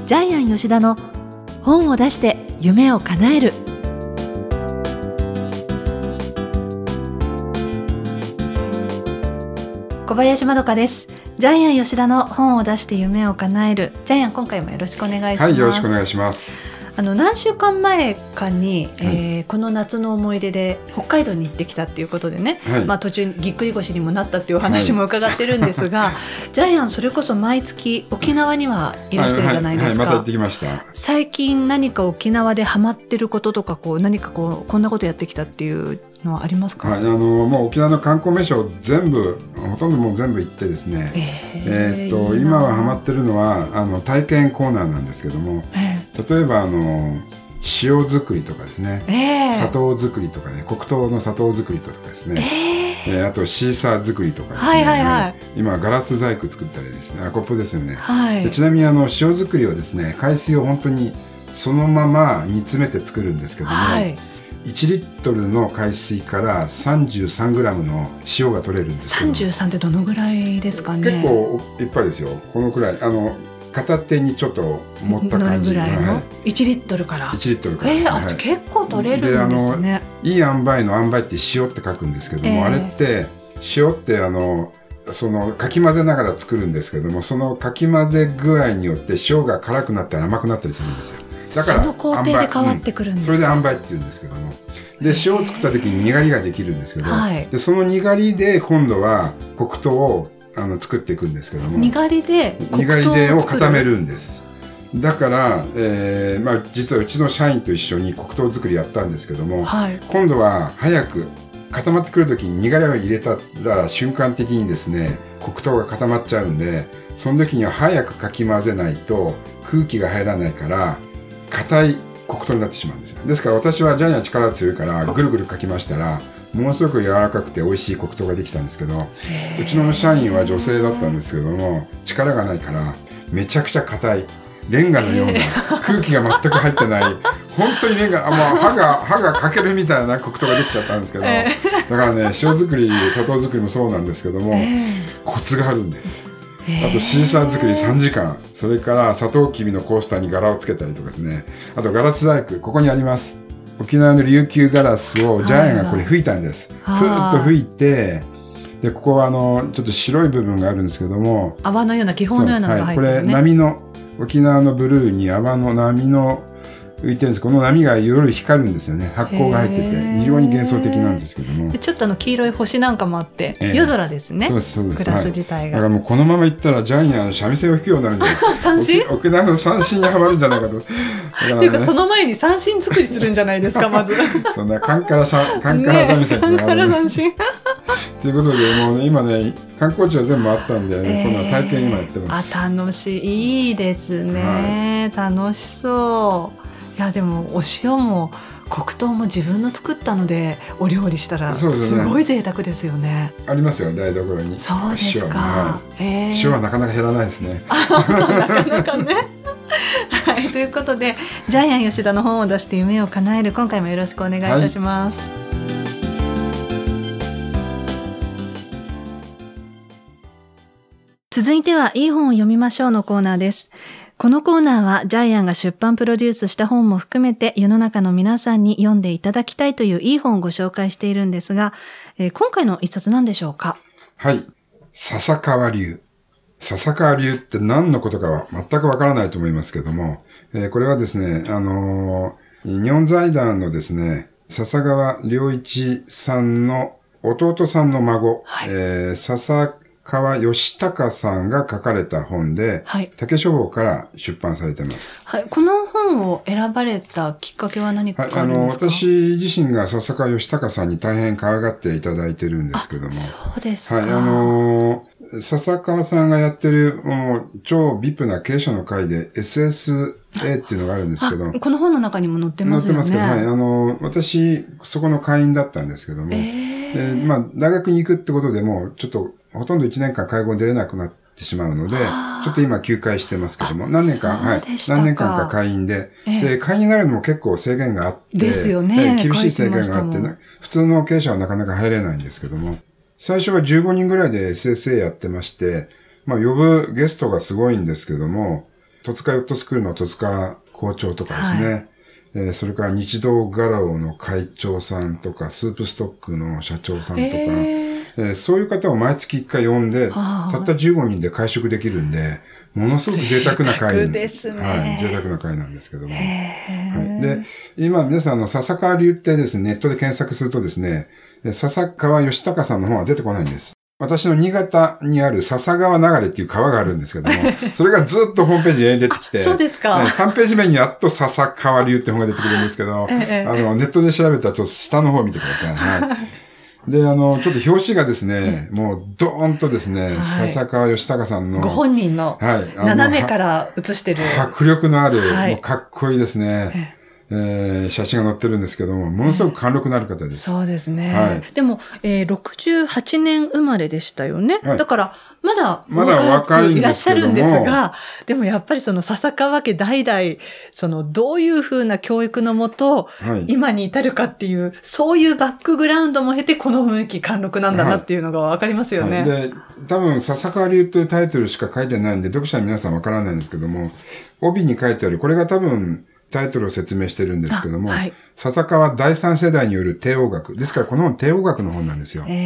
ジャイアン吉田の本を出して夢を叶える。小林まどかです。ジャイアン吉田の本を出して夢を叶える。ジャイアン、今回もよろしくお願いします。 はい、よろしくお願いします。 何週間前かに、この夏の思い出で北海道に行ってきたっていうことでね、途中ぎっくり腰にもなったっていう話も伺ってるんですが、ジャイアンそれこそ毎月沖縄にはいらしてるじゃないですか。 また行ってきました。 最近何か沖縄でハマってることとか何かこんなことやってきたっていうのはありますか？ もう沖縄の観光名所ほとんどもう全部行ってですね、今はハマってるのは体験コーナーなんですけども、例えば塩作りとかですね、砂糖作りとかね、黒糖の砂糖作りとかですね、あとシーサー作りとかですね、今ガラス細工作ったりですね、コップですよね、ちなみに塩作りはですね、海水を本当にそのまま煮詰めて作るんですけども、1リットルの海水から33グラムの塩が取れるんですけど、 33ってどのぐらいですかね？ 結構いっぱいですよ。このくらい片手にちょっと持った感じぐらいの、1リットルから 1リットルから、 結構取れるんですね。 いい塩梅の塩梅って塩って書くんですけども、あれって塩ってそのかき混ぜながら作るんですけども、そのかき混ぜ具合によって塩が辛くなったり甘くなったりするんですよ。だからその工程で変わってくるんですか？ それで塩梅って言うんですけども、で塩を作った時ににがりができるんですけど、でそのにがりで今度は黒糖を作っていくんですけども、 にがりでを固めるんです。だから、実はうちの社員と一緒に黒糖作りやったんですけども、今度は早く固まってくる時ににがりを入れたら瞬間的にですね、黒糖が固まっちゃうんで、その時には早くかき混ぜないと空気が入らないから硬い黒糖になってしまうんですよ。ですから私はジャイアン力強いからぐるぐるかきましたらものすごく柔らかくて美味しい黒糖ができたんですけど、うちの社員は女性だったんですけども、力がないからめちゃくちゃ硬いレンガのような空気が全く入ってない本当にレンガ、歯が欠けるみたいな黒糖ができちゃったんですけど、だからね、塩作り砂糖作りもそうなんですけども、コツがあるんです。あとシーサー作り3時間、それからサトウキビのコースターに柄をつけたりとかですね、あとガラス細工、ここにあります。沖縄の琉球ガラスをジャイアンがこれ吹いたんです。ふーっと吹いて、でここはちょっと白い部分があるんですけども、 泡のような気泡のようなのが入ってるね。 これ波の沖縄のブルーに泡の波の浮いてるんです。この波が夜光るんですよね。発光が入ってて非常に幻想的なんですけども、 ちょっと黄色い星なんかもあって、夜空ですね。 そうです。 グラス自体が、 だからもうこのままいったらジャイアン三味線を弾くようになるんじゃない三振？ 沖縄の三振にはまるんじゃないかと。 っていうかその前に三振作りするんじゃないですかまず。 そんなカンカラ三味線ってのがあるんです。ということでもうね、今ね観光地は全部あったんで、ね、今度は体験今やってます。 楽しい、いいですね、楽しそう。いやでもお塩も黒糖も自分の作ったのでお料理したらすごい贅沢ですよね。 ありますよ、台所に。 そうですか。 塩はなかなか減らないですね。 そうなかなかね。はい、ということでジャイアン吉田の本を出して夢を叶える、今回もよろしくお願いいたします。続いてはいい本を読みましょうのコーナーです。このコーナーはジャイアンが出版プロデュースした本も含めて世の中の皆さんに読んでいただきたいといういい本をご紹介しているんですが、今回の一冊何でしょうか？はい、 笹川流。笹川流って何のことかは全くわからないと思いますけども、これはですね、日本財団のですね、笹川良一さんの弟さんの孫、笹川義孝さんが書かれた本で、竹書房から出版されています。 はい、この本を選ばれたきっかけは何かあるんですか？ 私自身が笹川義孝さんに大変可愛がっていただいてるんですけども。 そうですか。 笹川さんがやってる超ビップな経営者の会で SSA っていうのがあるんですけど、 この本の中にも載ってますよね。 載ってますけど、私そこの会員だったんですけども、大学に行くってことでもちょっとほとんど1年間会合に出れなくなってしまうので、ちょっと今休会してますけども、何年間か会員で、で会員になるのも結構制限があって、 ですよね、 厳しい制限があって、普通の経営者はなかなか入れないんですけども、最初は15人ぐらいで SSA やってまして、呼ぶゲストがすごいんですけども、 戸塚ヨットスクールの戸塚校長とかですね、それから日動画廊の会長さんとか、スープストックの社長さんとか、そういう方を毎月1回呼んで、たった15人で会食できるんで、ものすごく贅沢な会ですね。 はい、贅沢な会なんですけども。はい、で、今皆さん笹川流ってですね、ネットで検索するとですね、笹川義孝さんの本は出てこないんです。私の新潟にある笹川流れっていう川があるんですけども、それがずっとホームページに出てきて、 そうですか。 3ページ目にやっと笹川流って本が出てくるんですけど、ネットで調べたらちょっと下の方を見てください。はい。で、ちょっと表紙がですね、もうドーンとですね、笹川義孝さんの、 ご本人の、斜めから写してる。 迫力のある、もうかっこいいですね。写真が載ってるんですけども、ものすごく貫禄のある方です。 そうですね。はい、でも、68年生まれでしたよね。はい、だから、まだ若いいらっしゃるんですが、でもやっぱりその笹川家代々、どういうふうな教育のもと、今に至るかっていう、そういうバックグラウンドも経て、この雰囲気貫禄なんだなっていうのがわかりますよね。 で、多分、笹川流というタイトルしか書いてないんで、読者の皆さんわからないんですけども、帯に書いてある、これが多分、タイトルを説明してるんですけども、笹川第三世代による帝王学。ですからこの本帝王学の本なんですよ。はい。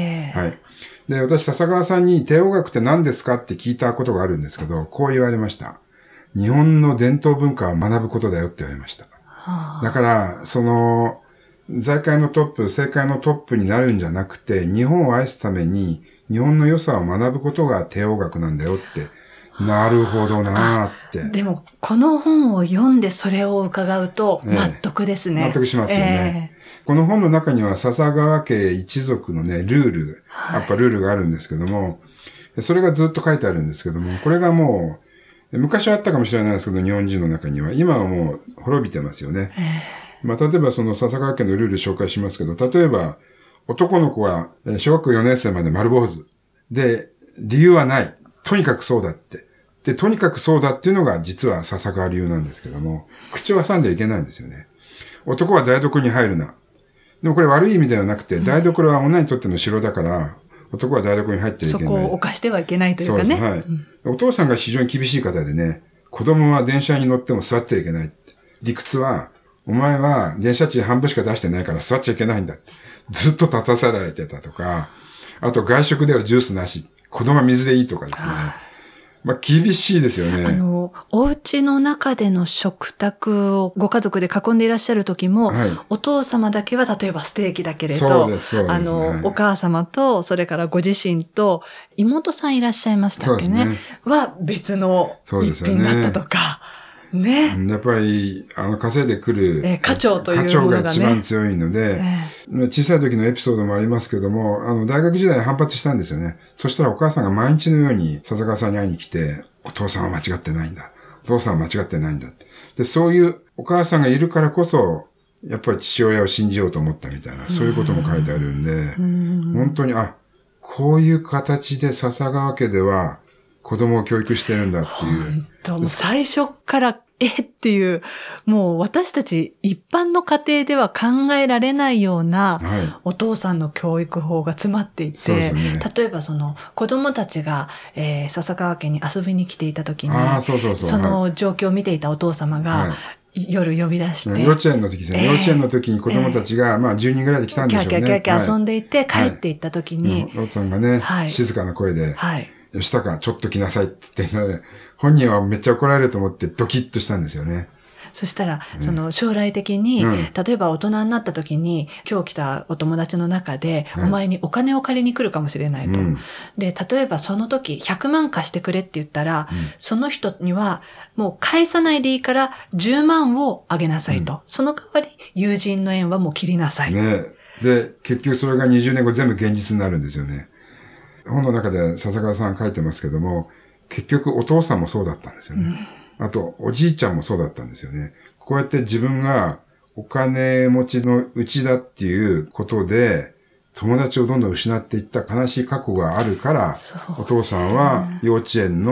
で、私笹川さんに帝王学って何ですかって聞いたことがあるんですけど、こう言われました。日本の伝統文化を学ぶことだよって言われました。だから、財界のトップ、政界のトップになるんじゃなくて、日本を愛すために日本の良さを学ぶことが帝王学なんだよって。なるほどなーって。 でも、この本を読んでそれを伺うと納得ですね。 納得しますよね。この本の中には笹川家一族のね、ルール、やっぱルールがあるんですけども、それがずっと書いてあるんですけども、これがもう、昔はあったかもしれないですけど、日本人の中には、今はもう滅びてますよね。まあ、例えばその笹川家のルール紹介しますけど、例えば、男の子は小学校4年生まで丸坊主。で、理由はない。とにかくそうだって。で、とにかくそうだっていうのが実は笹川流なんですけども、口を挟んではいけないんですよね。男は台所に入るな。でもこれ悪い意味ではなくて、台所は女にとっての城だから、男は台所に入ってはいけない。 そこを犯してはいけないというかね。 そうです。はい。お父さんが非常に厳しい方でね、子供は電車に乗っても座っちゃいけないって。理屈は、お前は電車賃半分しか出してないから座っちゃいけないんだって。ずっと立たせられてたとか、あと外食ではジュースなし。子供は水でいいとかですね。まあ、厳しいですよね。 お家の中での食卓をご家族で囲んでいらっしゃる時も、お父様だけは例えばステーキだけれど、お母様と、それからご自身と、妹さんいらっしゃいましたっけね。は別の一品だったとか。ね。 やっぱり、稼いでくる、 家長というものがね。 家長が一番強いので、小さい時のエピソードもありますけども、大学時代反発したんですよね。そしたらお母さんが毎日のように笹川さんに会いに来て、お父さんは間違ってないんだ。お父さんは間違ってないんだって。で、そういうお母さんがいるからこそ、やっぱり父親を信じようと思ったみたいな、そういうことも書いてあるんで、本当に、こういう形で笹川家では子供を教育してるんだっていう。 もう最初からっていう、もう私たち一般の家庭では考えられないようなお父さんの教育法が詰まっていて、例えば子供たちが、笹川家に遊びに来ていた時に、その状況を見ていたお父様が、夜呼び出して。 幼稚園の時ですね。幼稚園の時に子供たちが、まあ10人ぐらいで来たんでしょうね。 キャー遊んでいて帰っていった時に。 お父さんがね、静かな声で、吉高、ちょっと来なさいって言って、本人はめっちゃ怒られると思ってドキッとしたんですよね。 そしたら、将来的に、例えば大人になった時に、今日来たお友達の中で、お前にお金を借りに来るかもしれないと。で、例えばその時、100万貸してくれって言ったら、その人には、もう返さないでいいから、10万をあげなさいと。その代わり、友人の縁はもう切りなさい。 ね。で、結局それが20年後全部現実になるんですよね。本の中で笹川さん書いてますけども、結局お父さんもそうだったんですよね。あと、おじいちゃんもそうだったんですよね。こうやって自分がお金持ちのうちだっていうことで、友達をどんどん失っていった悲しい過去があるから、お父さんは幼稚園の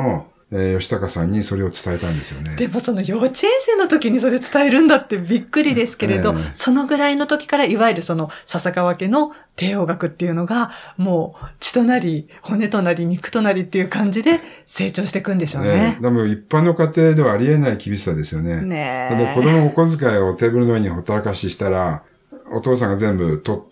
吉高さんにそれを伝えたんですよね。 でもその幼稚園生の時にそれ伝えるんだってびっくりですけれど、そのぐらいの時からいわゆるその笹川家の帝王学っていうのがもう血となり骨となり肉となりっていう感じで成長していくんでしょうね。 でも一般の家庭ではありえない厳しさですよね。で子供お小遣いをテーブルの上にほったらかししたら、お父さんが全部取って、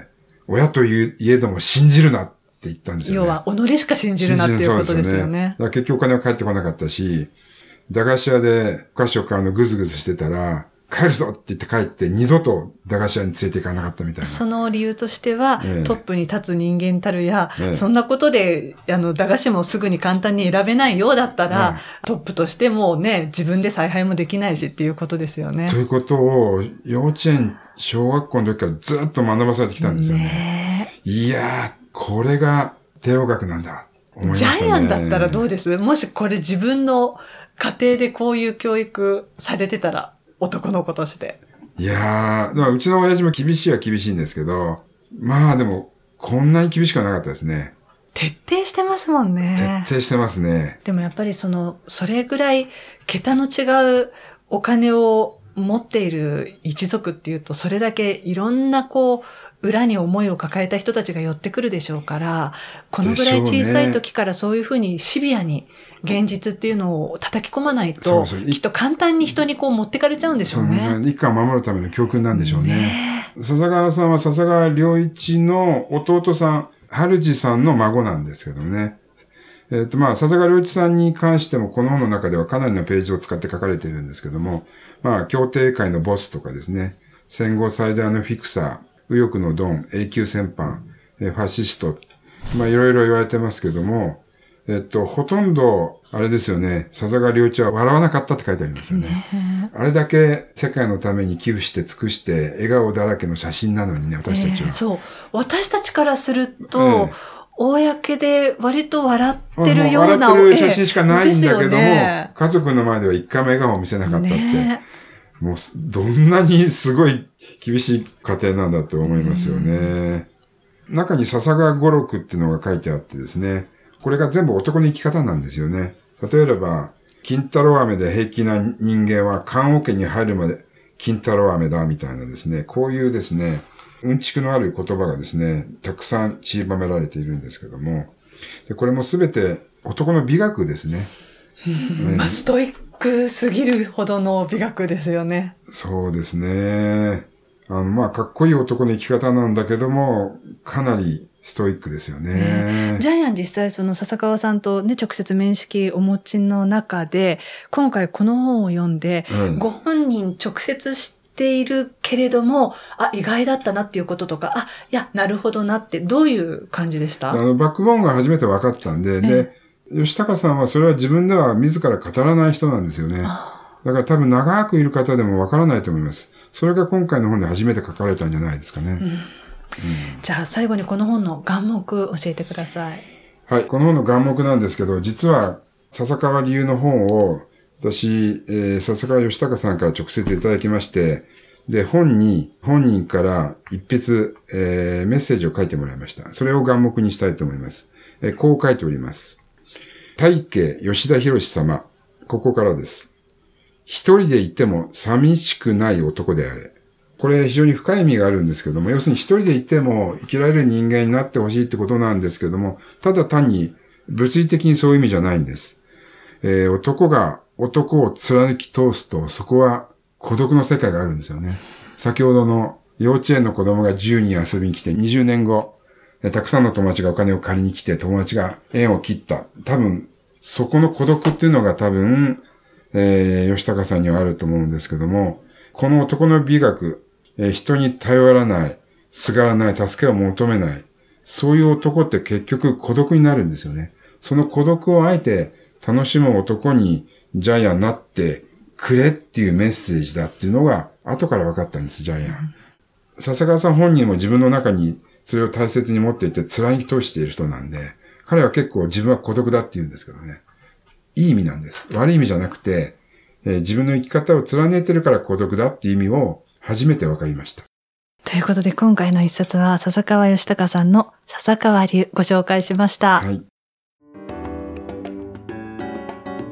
親といえども信じるなって言ったんですよね。 要は、己しか信じるなっていうことですよね。 だから結局お金は返ってこなかったし、駄菓子屋でお菓子を買うのぐずぐずしてたら、帰るぞって言って帰って二度と駄菓子屋に連れて行かなかったみたいな。 その理由としては、トップに立つ人間たるや、そんなことで、駄菓子もすぐに簡単に選べないようだったら、トップとしてもね、自分で采配もできないしっていうことですよね。 ということを、幼稚園、小学校の時からずっと学ばされてきたんですよね。いやー、これが帝王学なんだ、思いましたね。 ジャイアンだったらどうです？もしこれ自分の家庭でこういう教育されてたら、男の子として。 いやー、うちの親父も厳しいは厳しいんですけど、まあでも、こんなに厳しくはなかったですね。 徹底してますもんね。 徹底してますね。 でもやっぱりそれぐらい桁の違うお金を持っている一族っていうと、それだけいろんな裏に思いを抱えた人たちが寄ってくるでしょうから、このぐらい小さい時からそういうふうにシビアに現実っていうのを叩き込まないと、きっと簡単に人に持ってかれちゃうんでしょうね。 一家を守るための教訓なんでしょうね。笹川さんは笹川良一の弟さん、春次さんの孫なんですけどね。笹川良一さんに関してもこの本の中ではかなりのページを使って書かれているんですけども、協定会のボスとかですね、戦後最大のフィクサー、右翼のドン、永久戦犯、ファシスト、いろいろ言われてますけども、ほとんど、あれですよね、笹川良一は笑わなかったって書いてありますよね。あれだけ世界のために寄付して尽くして、笑顔だらけの写真なのにね、私たちは。 そう。私たちからすると、公で割と笑ってるような、 笑ってる写真しかないんだけども、家族の前では一回も笑顔を見せなかったって。もう、どんなにすごい厳しい家庭なんだと思いますよね。中に笹川語録っていうのが書いてあってですね、これが全部男の生き方なんですよね。例えば、金太郎飴で平気な人間は棺桶に入るまで金太郎飴だみたいなですね、こういうですね、うんちくのある言葉がですね、たくさん散りばめられているんですけども、でこれもすべて男の美学ですね。 ストイックすぎるほどの美学ですよね。 そうですね。かっこいい男の生き方なんだけども、かなりストイックですよね。 ジャイアン実際その笹川さんとね、直接面識お持ちの中で、今回この本を読んで、ご本人直接知っているけれども、意外だったなっていうこととか、いや、なるほどなって、どういう感じでした？ バックボーンが初めて分かったんで、で、吉高さんはそれは自分では自ら語らない人なんですよね。だから多分長くいる方でも分からないと思います。それが今回の本で初めて書かれたんじゃないですかね。 じゃあ最後にこの本の眼目教えてください。 はい、この本の眼目なんですけど、実は笹川流の本を私、笹川義孝さんから直接いただきまして、で、本人から一筆、メッセージを書いてもらいました。それを眼目にしたいと思います。こう書いております。大家吉田博様、ここからです。一人でいても寂しくない男であれ。これ非常に深い意味があるんですけども、要するに一人でいても生きられる人間になってほしいってことなんですけども、ただ単に物理的にそういう意味じゃないんです。男が男を貫き通すと、そこは孤独の世界があるんですよね。先ほどの幼稚園の子供が自由に遊びに来て20年後、たくさんの友達がお金を借りに来て友達が縁を切った。多分、そこの孤独っていうのが多分、吉高さんにはあると思うんですけども、この男の美学、人に頼らない、すがらない、助けを求めない、そういう男って結局孤独になるんですよね。その孤独をあえて楽しむ男にジャイアンなってくれっていうメッセージだっていうのが後から分かったんです、ジャイアン。笹川さん本人も自分の中にそれを大切に持っていて貫き通している人なんで、彼は結構自分は孤独だって言うんですけどね。いい意味なんです。悪い意味じゃなくて、自分の生き方を貫いてるから孤独だっていう意味を初めて分かりました。 ということで今回の一冊は笹川義孝さんの笹川流ご紹介しました。はい。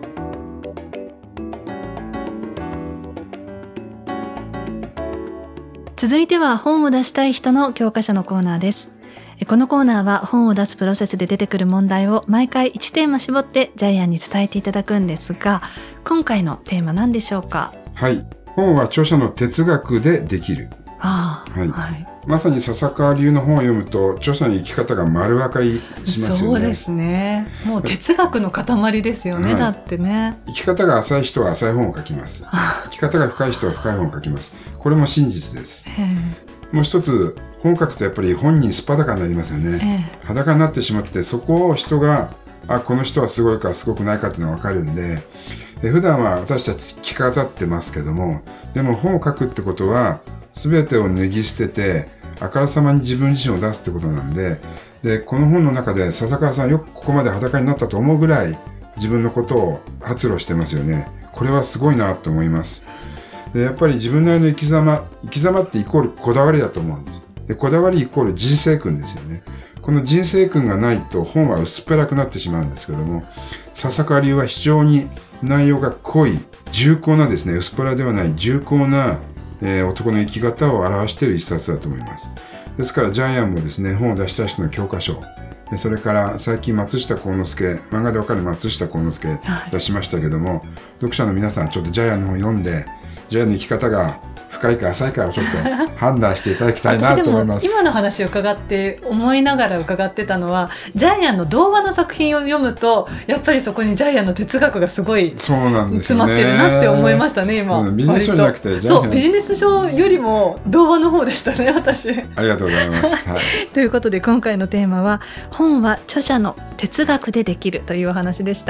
続いては本を出したい人の教科書のコーナーです。このコーナーは本を出すプロセスで出てくる問題を毎回1テーマ絞ってジャイアンに伝えていただくんですが、今回のテーマ何でしょうか？ はい。本は著者の哲学でできる。まさに笹川流の本を読むと著者の生き方が丸分かりしますよね。 そうですね。もう哲学の塊ですよね、だってね。 生き方が浅い人は浅い本を書きます。生き方が深い人は深い本を書きます。これも真実です。もう一つ、本を書くとやっぱり本人すっぱだかになりますよね。裸になってしまって、そこを人がこの人はすごいかすごくないかっていうのが分かるんで、普段は私たち着飾ってますけども、でも本を書くってことは全てを脱ぎ捨ててあからさまに自分自身を出すってことなんで、この本の中で笹川さんよくここまで裸になったと思うぐらい自分のことを発露してますよね。これはすごいなと思います。でやっぱり自分なりの生き様ってイコールこだわりだと思うんです。でこだわりイコール人生訓ですよね。この人生訓がないと本は薄っぺらくなってしまうんですけども、笹川流は非常に内容が濃い、重厚なですね、薄っぺらではない重厚な、男の生き方を表している一冊だと思います。ですからジャイアンもですね、本を出した人の教科書、それから最近松下幸之助、漫画でわかる松下幸之助出しましたけども、読者の皆さんちょっとジャイアンの本読んで、ジャイアンの生き方が深いか浅いかをちょっと判断していただきたいなと思います。 私でも今の話を伺って思いながら伺ってたのは、ジャイアンの童話の作品を読むとやっぱりそこにジャイアンの哲学がすごい詰まってるなって思いましたね。今、 ビジネス書じゃなくてそうビジネス書よりも童話の方でしたね、私。 ありがとうございます、 ということで今回のテーマは本は著者の哲学でできるというお話でした。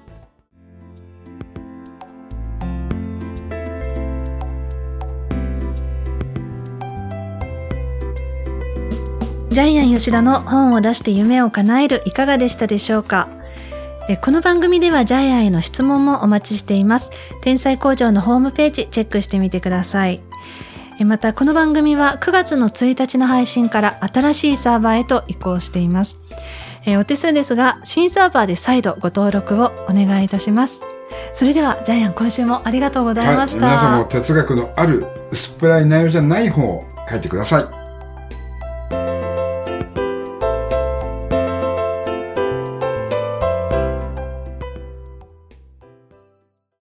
ジャイアン吉田の本を出して夢を叶える、いかがでしたでしょうか？この番組ではジャイアンへの質問もお待ちしています。天才工場のホームページチェックしてみてください。またこの番組は9月の1日の配信から新しいサーバーへと移行しています。お手数ですが新サーバーで再度ご登録をお願いいたします。それではジャイアン、今週もありがとうございました。 皆さんも哲学のある薄っぺらい内容じゃない本を書いてください。